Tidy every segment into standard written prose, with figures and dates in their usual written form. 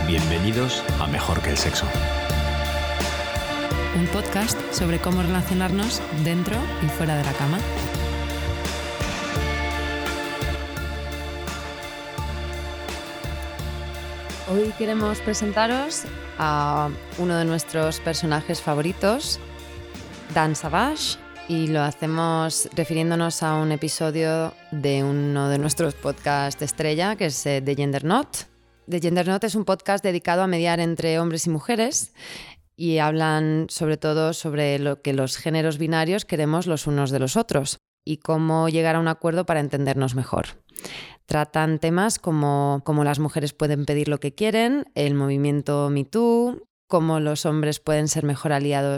Bienvenidos a Mejor que el Sexo. Un podcast sobre cómo relacionarnos dentro y fuera de la cama. Hoy queremos presentaros a uno de nuestros personajes favoritos, Dan Savage, y lo hacemos refiriéndonos a un episodio de uno de nuestros podcasts estrella, que es The Gender Knot. The Gender Knot es un podcast dedicado a mediar entre hombres y mujeres y hablan sobre todo sobre lo que los géneros binarios queremos los unos de los otros y cómo llegar a un acuerdo para entendernos mejor. Tratan temas como las mujeres pueden pedir lo que quieren, el movimiento Me Too, cómo los hombres pueden ser mejores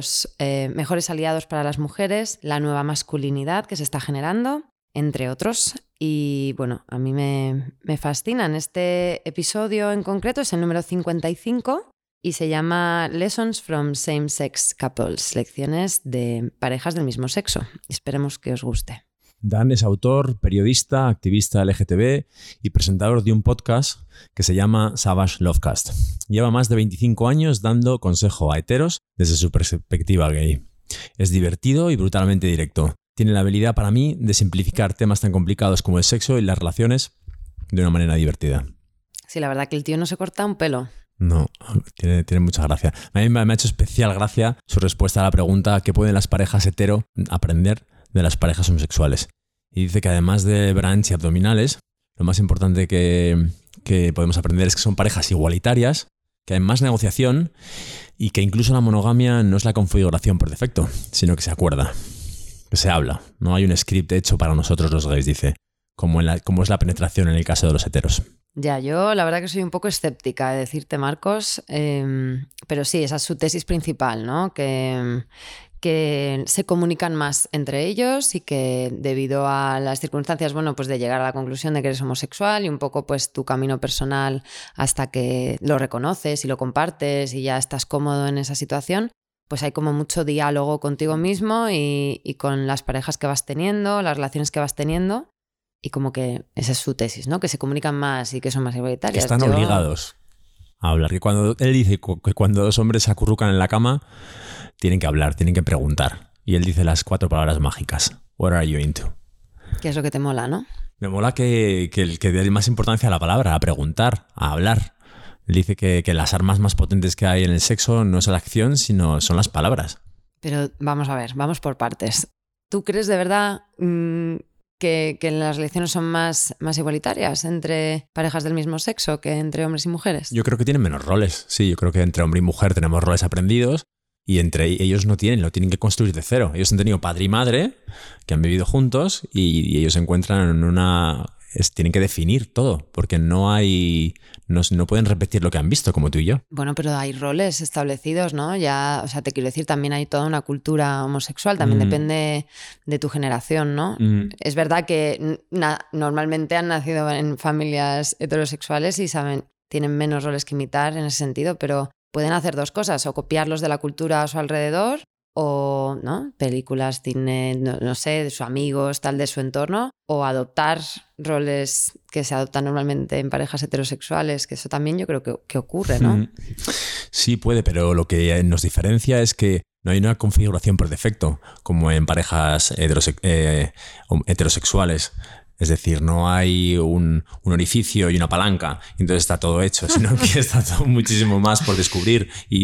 aliados para las mujeres, la nueva masculinidad que se está generando, entre otros. Y bueno, a mí me fascinan. Este episodio en concreto es el número 55 y se llama Lessons from Same-Sex Couples, lecciones de parejas del mismo sexo. Esperemos que os guste. Dan es autor, periodista, activista LGTB y presentador de un podcast que se llama Savage Lovecast. Lleva más de 25 años dando consejo a heteros desde su perspectiva gay. Es divertido y brutalmente directo. Tiene la habilidad para mí de simplificar temas tan complicados como el sexo y las relaciones de una manera divertida. Sí, la verdad que el tío no se corta un pelo. No, tiene mucha gracia. A mí me ha hecho especial gracia su respuesta a la pregunta ¿qué pueden las parejas hetero aprender de las parejas homosexuales? Y dice que además de brunch y abdominales, lo más importante que podemos aprender es que son parejas igualitarias, que hay más negociación y que incluso la monogamia no es la configuración por defecto, sino que se acuerda, que se habla. No hay un script hecho para nosotros los gays, dice, como es la penetración en el caso de los heteros. Ya, yo la verdad que soy un poco escéptica de decirte, Marcos, pero sí, esa es su tesis principal, ¿no? Que se comunican más entre ellos y que debido a las circunstancias, bueno, pues de llegar a la conclusión de que eres homosexual y un poco pues tu camino personal hasta que lo reconoces y lo compartes y ya estás cómodo en esa situación, pues hay como mucho diálogo contigo mismo y con las parejas que vas teniendo, las relaciones que vas teniendo. Y como que esa es su tesis, ¿no? Que se comunican más y que son más igualitarias. Que están obligados a hablar. Que cuando él dice que cuando dos hombres se acurrucan en la cama, tienen que hablar, tienen que preguntar. Y él dice las 4 palabras mágicas. What are you into? Que es lo que te mola, ¿no? Me mola que dé más importancia a la palabra, a preguntar, a hablar. Él dice que las armas más potentes que hay en el sexo no es la acción, sino son las palabras. Pero vamos a ver, vamos por partes. ¿Tú crees de verdad que las relaciones son más igualitarias entre parejas del mismo sexo que entre hombres y mujeres? Yo creo que tienen menos roles. Sí, yo creo que entre hombre y mujer tenemos roles aprendidos y entre ellos no tienen, lo tienen que construir de cero. Ellos han tenido padre y madre que han vivido juntos y ellos se encuentran en tienen que definir todo porque no pueden repetir lo que han visto como tú y yo. Bueno, pero hay roles establecidos, ¿no? Ya, o sea, te quiero decir, también hay toda una cultura homosexual, también depende de tu generación, ¿no? Es verdad que normalmente han nacido en familias heterosexuales y tienen menos roles que imitar en ese sentido, pero pueden hacer dos cosas, o copiarlos de la cultura a su alrededor o, ¿no? Películas, cine, no sé, de sus amigos, tal, de su entorno, o adoptar roles que se adoptan normalmente en parejas heterosexuales, que eso también yo creo que ocurre, ¿no? Sí puede, pero lo que nos diferencia es que no hay una configuración por defecto, como en parejas heterosexuales. Es decir, no hay un orificio y una palanca, y entonces está todo hecho, sino que está todo muchísimo más por descubrir y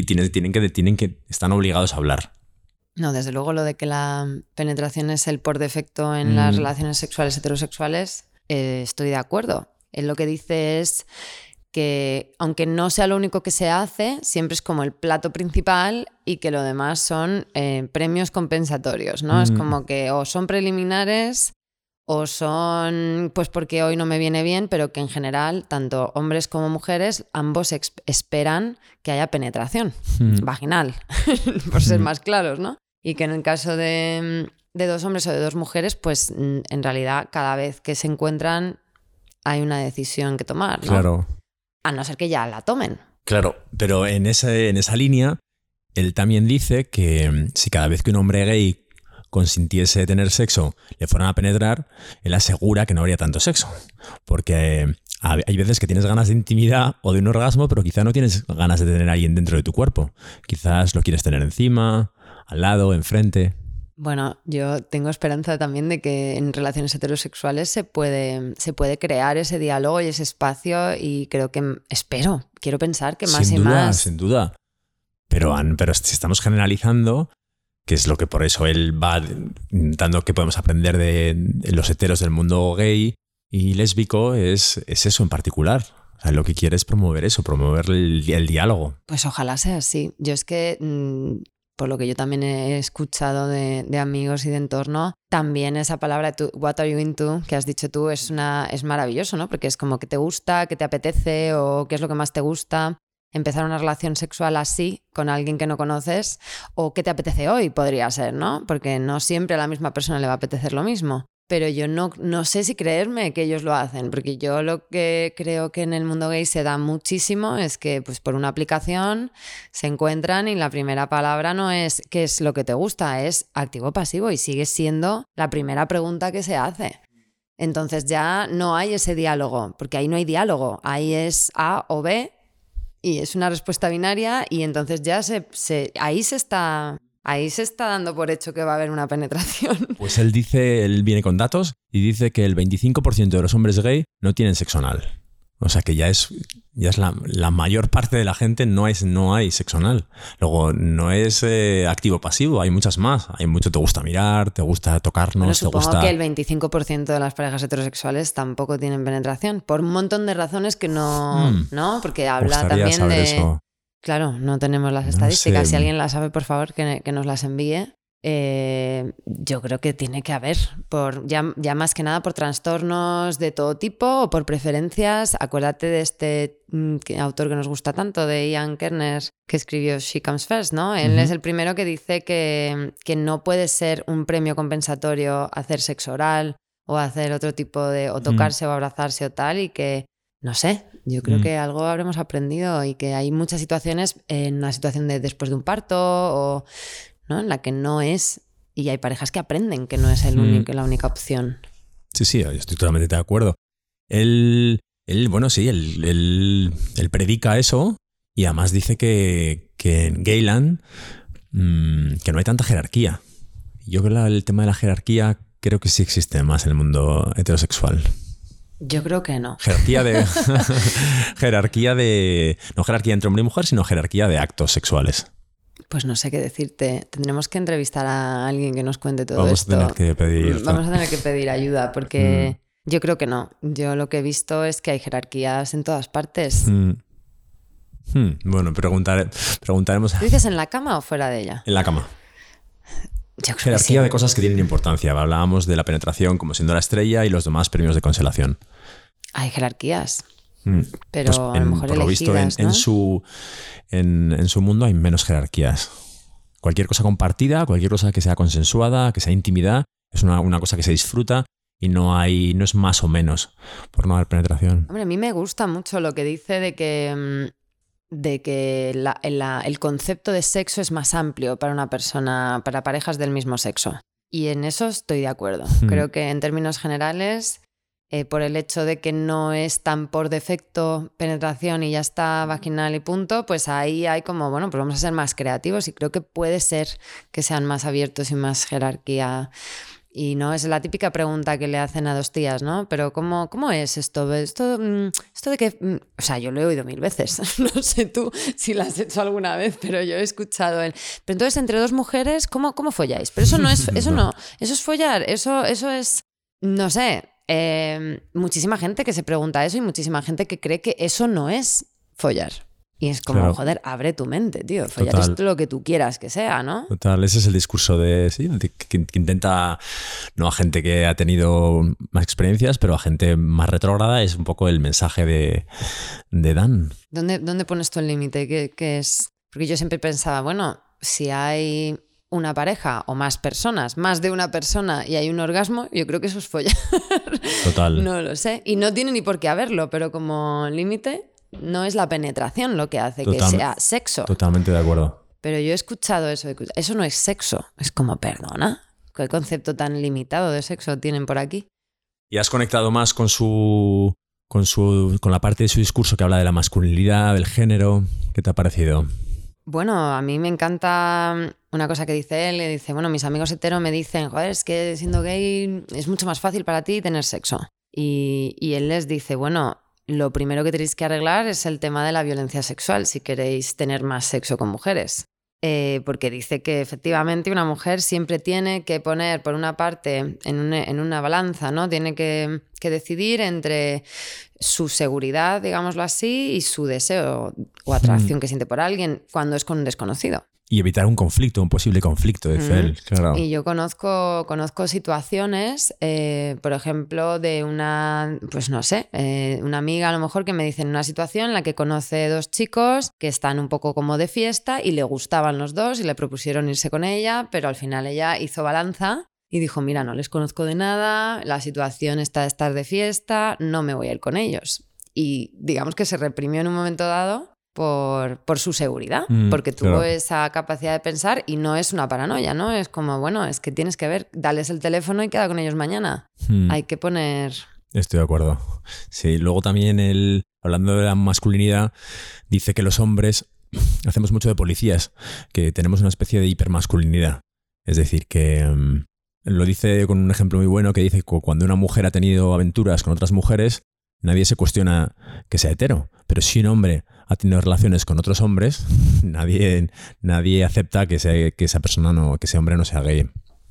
están obligados a hablar. No, desde luego lo de que la penetración es el por defecto en las relaciones sexuales heterosexuales, estoy de acuerdo. Él lo que dice es que aunque no sea lo único que se hace, siempre es como el plato principal y que lo demás son premios compensatorios, ¿no? Es como que o son preliminares o son pues porque hoy no me viene bien, pero que en general tanto hombres como mujeres ambos esperan que haya penetración vaginal, por ser más claros, ¿no? Y que en el caso de dos hombres o de dos mujeres, pues en realidad cada vez que se encuentran hay una decisión que tomar, ¿no? Claro. A no ser que ya la tomen. Claro, pero en esa línea, él también dice que si cada vez que un hombre gay consintiese tener sexo, le fueran a penetrar, él asegura que no habría tanto sexo. Porque Hay veces que tienes ganas de intimidad o de un orgasmo, pero quizá no tienes ganas de tener a alguien dentro de tu cuerpo. Quizás lo quieres tener encima, al lado, enfrente. Bueno, yo tengo esperanza también de que en relaciones heterosexuales se puede crear ese diálogo y ese espacio, y quiero pensar que más sin y duda, más. Sin duda. Pero si estamos generalizando, que es lo que por eso él va intentando que podemos aprender de los heteros del mundo gay y lésbico, es eso en particular. O sea, lo que quiere es promover eso, promover el diálogo. Pues ojalá sea así. Yo es que, por lo que yo también he escuchado de amigos y de entorno, también esa palabra what are you into, que has dicho tú, es maravilloso, ¿no? Porque es como que te gusta, que te apetece o qué es lo que más te gusta. Empezar una relación sexual así con alguien que no conoces, o qué te apetece hoy, podría ser, ¿no? Porque no siempre a la misma persona le va a apetecer lo mismo. Pero yo no sé si creerme que ellos lo hacen, porque yo lo que creo que en el mundo gay se da muchísimo es que pues por una aplicación se encuentran y la primera palabra no es qué es lo que te gusta, es activo-pasivo, y sigue siendo la primera pregunta que se hace. Entonces ya no hay ese diálogo, porque ahí no hay diálogo, ahí es A o B y es una respuesta binaria, y entonces ya ahí se está dando por hecho que va a haber una penetración. Pues él viene con datos y dice que el 25% de los hombres gay no tienen sexo anal. O sea que ya es la mayor parte de la gente no hay sexo anal. Luego no es activo-pasivo, hay muchas más. Hay mucho, te gusta mirar, te gusta tocarnos, Pero te gusta... supongo que el 25% de las parejas heterosexuales tampoco tienen penetración, por un montón de razones que no, ¿no? Porque habla también de... Eso. Claro, no tenemos las estadísticas. No sé. Si alguien las sabe, por favor, que nos las envíe. Yo creo que tiene que haber, ya más que nada por trastornos de todo tipo o por preferencias. Acuérdate de este autor que nos gusta tanto, de Ian Kerner, que escribió She Comes First, ¿no? Él es el primero que dice que no puede ser un premio compensatorio hacer sexo oral o hacer otro tipo de... o tocarse o abrazarse o tal, y que... No sé, yo creo que algo habremos aprendido, y que hay muchas situaciones, en una situación de después de un parto o... ¿no? En la que no es, y hay parejas que aprenden que no es la única opción. Sí, yo estoy totalmente de acuerdo. Él predica eso, y además dice que en Gayland que no hay tanta jerarquía. Yo creo que el tema de la jerarquía creo que sí existe más en el mundo heterosexual. Yo creo que no. Jerarquía no jerarquía entre hombre y mujer, sino jerarquía de actos sexuales. Pues no sé qué decirte. Tendremos que entrevistar a alguien que nos cuente todo esto. Vamos a tener que pedir ayuda, porque yo creo que no. Yo lo que he visto es que hay jerarquías en todas partes. Bueno, preguntaremos. ¿Tú dices en la cama o fuera de ella? En la cama. Yo creo jerarquía que sí. De cosas que tienen importancia. Hablábamos de la penetración como siendo la estrella y los demás premios de consolación. Hay jerarquías. Pero pues a lo mejor por lo visto elegidas, ¿no? en su mundo hay menos jerarquías. Cualquier cosa compartida, cualquier cosa que sea consensuada, que sea intimidad, es una cosa que se disfruta, y no es más o menos por no haber penetración. Hombre, a mí me gusta mucho lo que dice de que el concepto de sexo es más amplio para una persona, para parejas del mismo sexo. Y en eso estoy de acuerdo. Creo que en términos generales, por el hecho de que no es tan por defecto penetración y ya está, vaginal y punto, pues ahí hay como, bueno, pues vamos a ser más creativos, y creo que puede ser que sean más abiertos y más jerarquía. Y no es la típica pregunta que le hacen a dos tías, ¿no? Pero ¿cómo es esto? Esto de que... O sea, yo lo he oído 1000 veces. No sé tú si lo has hecho alguna vez, pero yo he escuchado el... Pero entonces, entre dos mujeres, ¿cómo folláis? Pero eso no es... Eso no. Eso es follar. Eso es... No sé. Muchísima gente que se pregunta eso, y muchísima gente que cree que eso no es follar. Y es como, claro, joder, abre tu mente, tío. Follar es lo que tú quieras que sea, ¿no? Total, ese es el discurso de que intenta, no a gente que ha tenido más experiencias, pero a gente más retrógrada. Es un poco el mensaje de Dan. ¿Dónde pones tú el límite? ¿Qué es? Porque yo siempre pensaba, bueno, si hay una pareja o más personas, más de una persona, y hay un orgasmo, yo creo que eso es follar. Total. No lo sé. Y no tiene ni por qué haberlo, pero como límite... No es la penetración lo que hace que sea sexo. Totalmente de acuerdo. Pero yo he escuchado eso. Eso no es sexo. Es como, perdona, ¿qué concepto tan limitado de sexo tienen por aquí? ¿Y has conectado más con su con la parte de su discurso que habla de la masculinidad, del género. ¿Qué te ha parecido? Bueno, a mí me encanta una cosa que dice él, dice, bueno, mis amigos heteros me dicen, joder, es que siendo gay es mucho más fácil para ti tener sexo. Y él les dice, bueno, lo primero que tenéis que arreglar es el tema de la violencia sexual si queréis tener más sexo con mujeres. Porque dice que efectivamente una mujer siempre tiene que poner por una parte en una balanza, ¿no? Tiene que decidir entre su seguridad, digámoslo así, y su deseo o atracción que siente por alguien cuando es con un desconocido. Y evitar un conflicto, un posible conflicto, dice él, claro. Y yo conozco situaciones, por ejemplo, de una, pues no sé, una amiga a lo mejor que me dice en una situación en la que conoce dos chicos que están un poco como de fiesta y le gustaban los dos y le propusieron irse con ella, pero al final ella hizo balanza y dijo, mira, no les conozco de nada, la situación está de estar de fiesta, no me voy a ir con ellos. Y digamos que se reprimió en un momento dado por su seguridad, porque tuvo esa capacidad de pensar y no es una paranoia, ¿no? Es como, bueno, es que tienes que ver, dales el teléfono y queda con ellos mañana. Hay que poner... Estoy de acuerdo. Sí, luego también él, hablando de la masculinidad, dice que los hombres hacemos mucho de policías, que tenemos una especie de hipermasculinidad. Es decir, que lo dice con un ejemplo muy bueno, que dice que cuando una mujer ha tenido aventuras con otras mujeres, nadie se cuestiona que sea hetero, pero si un hombre ha tenido relaciones con otros hombres, nadie acepta que esa persona no, que ese hombre no sea gay.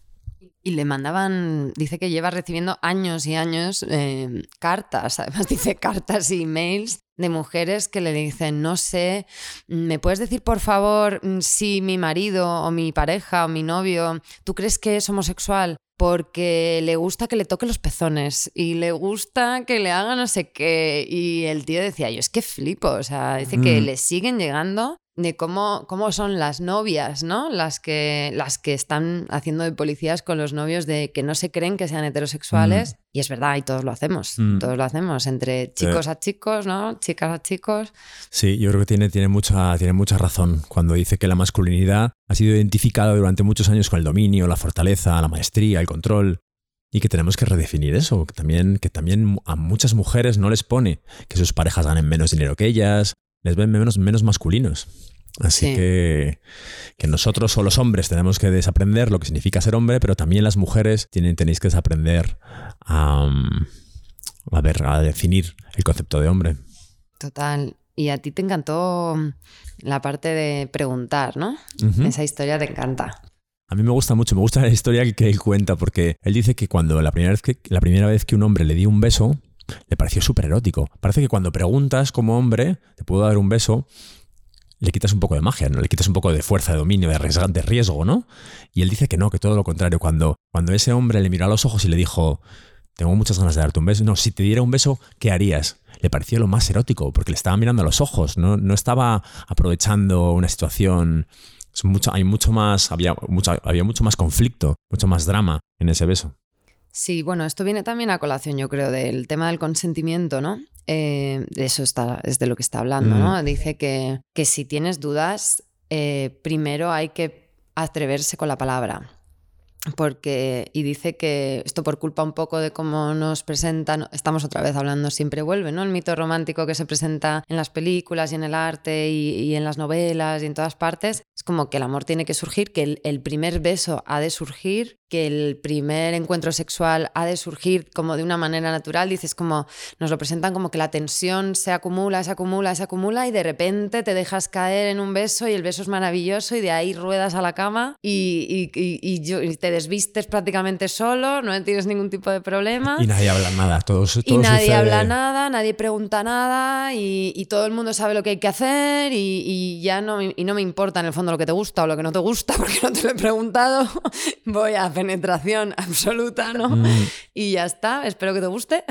Y le mandaban, dice que lleva recibiendo años y años cartas, además dice cartas y emails de mujeres que le dicen, no sé, ¿me puedes decir por favor si mi marido o mi pareja o mi novio, tú crees que es homosexual? Porque le gusta que le toque los pezones y le gusta que le haga no sé qué. Y el tío decía, yo es que flipo, o sea, dice que le siguen llegando de cómo son las novias, ¿no? Las que están haciendo de policías con los novios de que no se creen que sean heterosexuales. Y es verdad, y todos lo hacemos, entre chicos a chicos, ¿no? Chicas a chicos. Sí, yo creo que tiene mucha razón cuando dice que la masculinidad ha sido identificada durante muchos años con el dominio, la fortaleza, la maestría, el control, y que tenemos que redefinir eso, que también a muchas mujeres no les pone que sus parejas ganen menos dinero que ellas, les ven menos masculinos. Así que nosotros o los hombres tenemos que desaprender lo que significa ser hombre, pero también las mujeres tenéis que desaprender a definir el concepto de hombre. Total. Y a ti te encantó la parte de preguntar, ¿no? Esa historia te encanta. A mí me gusta mucho, me gusta la historia que él cuenta, porque él dice que cuando la primera vez que un hombre le dio un beso, le pareció súper erótico. Parece que cuando preguntas como hombre, ¿te puedo dar un beso?, le quitas un poco de magia, ¿no? Le quitas un poco de fuerza, de dominio, de riesgo, ¿no? Y él dice que no, que todo lo contrario. Cuando ese hombre le miró a los ojos y le dijo, tengo muchas ganas de darte un beso. No, si te diera un beso, ¿qué harías? Le pareció lo más erótico, porque le estaba mirando a los ojos, no estaba aprovechando una situación. Había mucho más conflicto, mucho más drama en ese beso. Sí, bueno, esto viene también a colación, yo creo, del tema del consentimiento, ¿no? De eso es de lo que está hablando, ¿no? Dice que si tienes dudas, primero hay que atreverse con la palabra. Y dice que esto por culpa un poco de cómo nos presentan, estamos otra vez hablando, siempre vuelve, ¿no? El mito romántico que se presenta en las películas y en el arte y en las novelas y en todas partes, es como que el amor tiene que surgir, que el primer beso ha de surgir, que el primer encuentro sexual ha de surgir como de una manera natural. Dices como, nos lo presentan como que la tensión se acumula y de repente te dejas caer en un beso y el beso es maravilloso y de ahí ruedas a la cama y te desvistes prácticamente solo, no tienes ningún tipo de problema. Y nadie habla nada, todo nadie habla nada, nadie pregunta nada y todo el mundo sabe lo que hay que hacer y ya no me importa en el fondo lo que te gusta o lo que no te gusta porque no te lo he preguntado. Voy a penetración absoluta, ¿no? Y ya está, espero que te guste.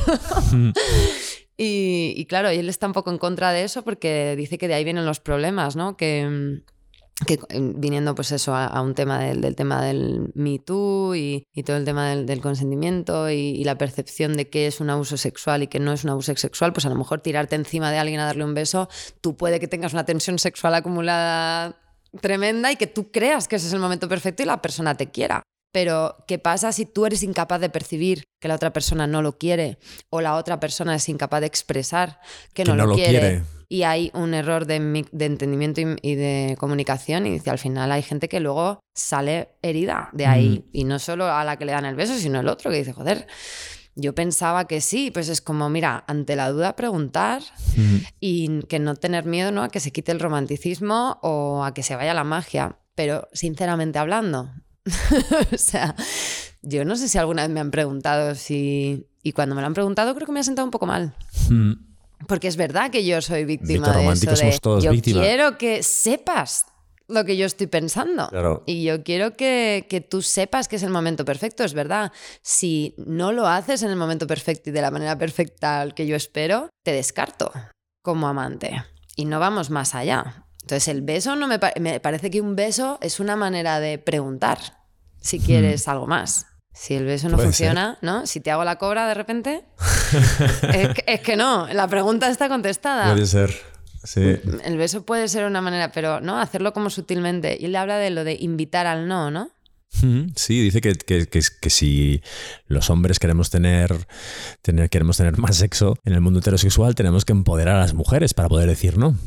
Y claro, y él está un poco en contra de eso porque dice que de ahí vienen los problemas, ¿no? Que viniendo pues eso a un tema del tema del Me Too y todo el tema del consentimiento y la percepción de qué es un abuso sexual y qué no es un abuso sexual, pues a lo mejor tirarte encima de alguien a darle un beso, tú puede que tengas una tensión sexual acumulada tremenda y que tú creas que ese es el momento perfecto y la persona te quiera. Pero ¿qué pasa si tú eres incapaz de percibir que la otra persona no lo quiere o la otra persona es incapaz de expresar que no lo quiere? Y hay un error de entendimiento y de comunicación, y dice, al final hay gente que luego sale herida de ahí. Y no solo a la que le dan el beso, sino el otro que dice, joder, yo pensaba que sí. Pues es como, mira, ante la duda preguntar y que no tener miedo, ¿no?, a que se quite el romanticismo o a que se vaya la magia. Pero sinceramente hablando, o sea, yo no sé si alguna vez me han preguntado si... Y cuando me lo han preguntado creo que me ha sentado un poco mal. Porque es verdad que yo soy víctima de eso. Somos todos yo víctimas. Quiero que sepas lo que yo estoy pensando. Claro. Y yo quiero que tú sepas que es el momento perfecto. Es verdad, si no lo haces en el momento perfecto y de la manera perfecta al que yo espero, te descarto como amante. Y no vamos más allá. Entonces el beso me parece que un beso es una manera de preguntar si quieres algo más. Si el beso no funciona, ¿no? Si te hago la cobra de repente, es que no, la pregunta está contestada. Puede ser, sí. El beso puede ser una manera, pero no, hacerlo como sutilmente. Y él habla de lo de invitar al no, ¿no? Sí, dice que si los hombres queremos tener más sexo en el mundo heterosexual, tenemos que empoderar a las mujeres para poder decir no.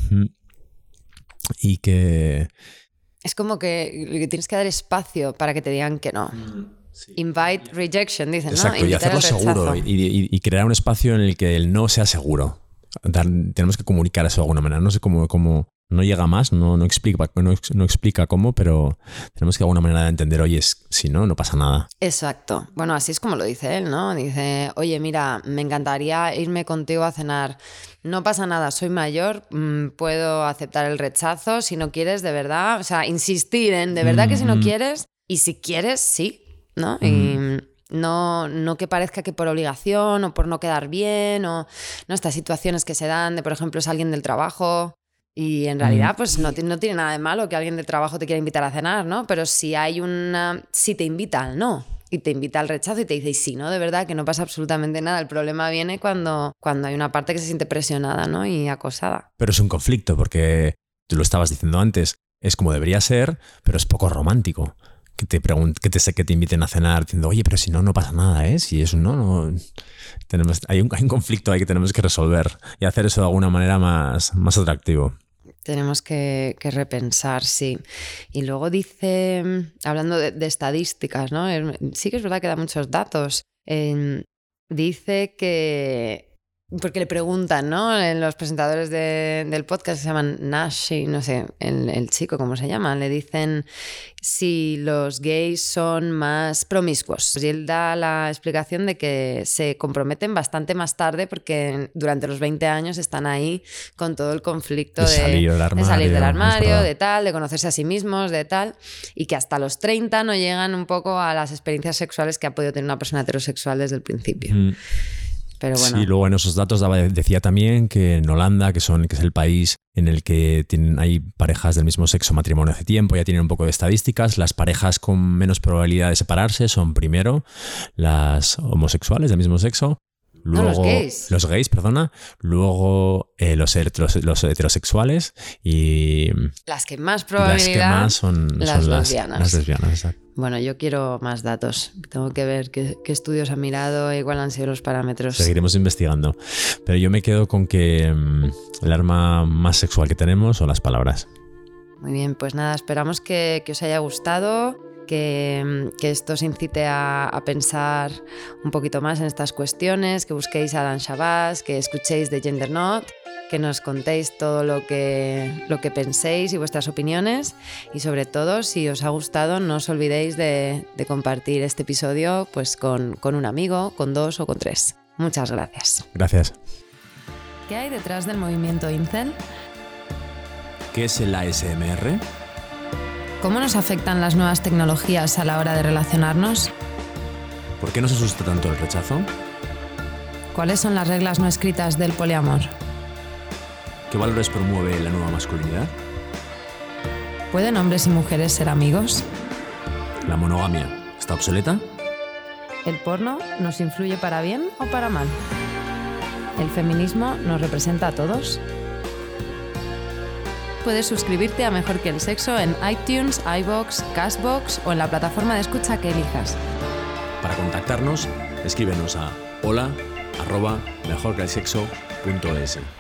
Y que... Es como que tienes que dar espacio para que te digan que no. Sí. Invite rejection, dicen, exacto, ¿no? y hacerlo seguro y crear un espacio en el que el no sea seguro. Tenemos que comunicar eso de alguna manera. No sé cómo no llega más, no explica cómo, pero tenemos que de alguna manera entender, oye, si no pasa nada. Exacto. Bueno, así es como lo dice él, ¿no? Dice, oye, mira, me encantaría irme contigo a cenar. No pasa nada, soy mayor, puedo aceptar el rechazo. Si no quieres, de verdad, o sea, insistir en de verdad que si no quieres, y si quieres, sí, ¿no? Y no que parezca que por obligación o por no quedar bien, o no, estas situaciones que se dan de, por ejemplo, es alguien del trabajo y en realidad pues no tiene nada de malo que alguien del trabajo te quiera invitar a cenar, ¿no? Pero si te invita al no y te invita al rechazo y te dice, y sí, ¿no? De verdad que no pasa absolutamente nada. El problema viene cuando hay una parte que se siente presionada, ¿no? Y acosada. Pero es un conflicto porque, tú lo estabas diciendo antes, es como debería ser, pero es poco romántico. Que te inviten a cenar diciendo, oye, pero si no pasa nada, ¿eh? Si es un no. Hay un conflicto ahí que tenemos que resolver y hacer eso de alguna manera más atractivo. Tenemos que repensar, sí. Y luego dice, hablando de estadísticas, ¿no? Sí que es verdad que da muchos datos. Dice que... Porque le preguntan, ¿no? Los presentadores del podcast se llaman Nash y no sé, el chico, ¿cómo se llama? Le dicen si los gays son más promiscuos. Y él da la explicación de que se comprometen bastante más tarde porque durante los 20 años están ahí con todo el conflicto de salir del armario, de tal, de conocerse a sí mismos, de tal, y que hasta los 30 no llegan un poco a las experiencias sexuales que ha podido tener una persona heterosexual desde el principio. Pero bueno. Sí, luego en esos datos decía también que en Holanda, que es el país en el que hay parejas del mismo sexo matrimonio hace tiempo, ya tienen un poco de estadísticas, las parejas con menos probabilidad de separarse son primero las homosexuales del mismo sexo, luego los gays, luego los heterosexuales y las que más probabilidad son las lesbianas. Las lesbianas, exacto. Bueno, yo quiero más datos. Tengo que ver qué estudios ha mirado y cuáles han sido los parámetros. Seguiremos investigando. Pero yo me quedo con que el arma más sexual que tenemos son las palabras. Muy bien, pues nada, esperamos que os haya gustado, que esto os incite a pensar un poquito más en estas cuestiones, que busquéis a Dan Shabazz, que escuchéis The Gender Knot, que nos contéis todo lo que penséis y vuestras opiniones, y sobre todo, si os ha gustado, no os olvidéis de compartir este episodio pues con un amigo, con 2 o con 3. Muchas gracias. Gracias. ¿Qué hay detrás del movimiento Incel? ¿Qué es el ASMR? ¿Cómo nos afectan las nuevas tecnologías a la hora de relacionarnos? ¿Por qué nos asusta tanto el rechazo? ¿Cuáles son las reglas no escritas del poliamor? ¿Qué valores promueve la nueva masculinidad? ¿Pueden hombres y mujeres ser amigos? ¿La monogamia está obsoleta? ¿El porno nos influye para bien o para mal? ¿El feminismo nos representa a todos? puedes suscribirte a Mejor que el Sexo en iTunes, iVoox, Castbox o en la plataforma de escucha que elijas. Para contactarnos, escríbenos a hola@mejorqueelsexo.es.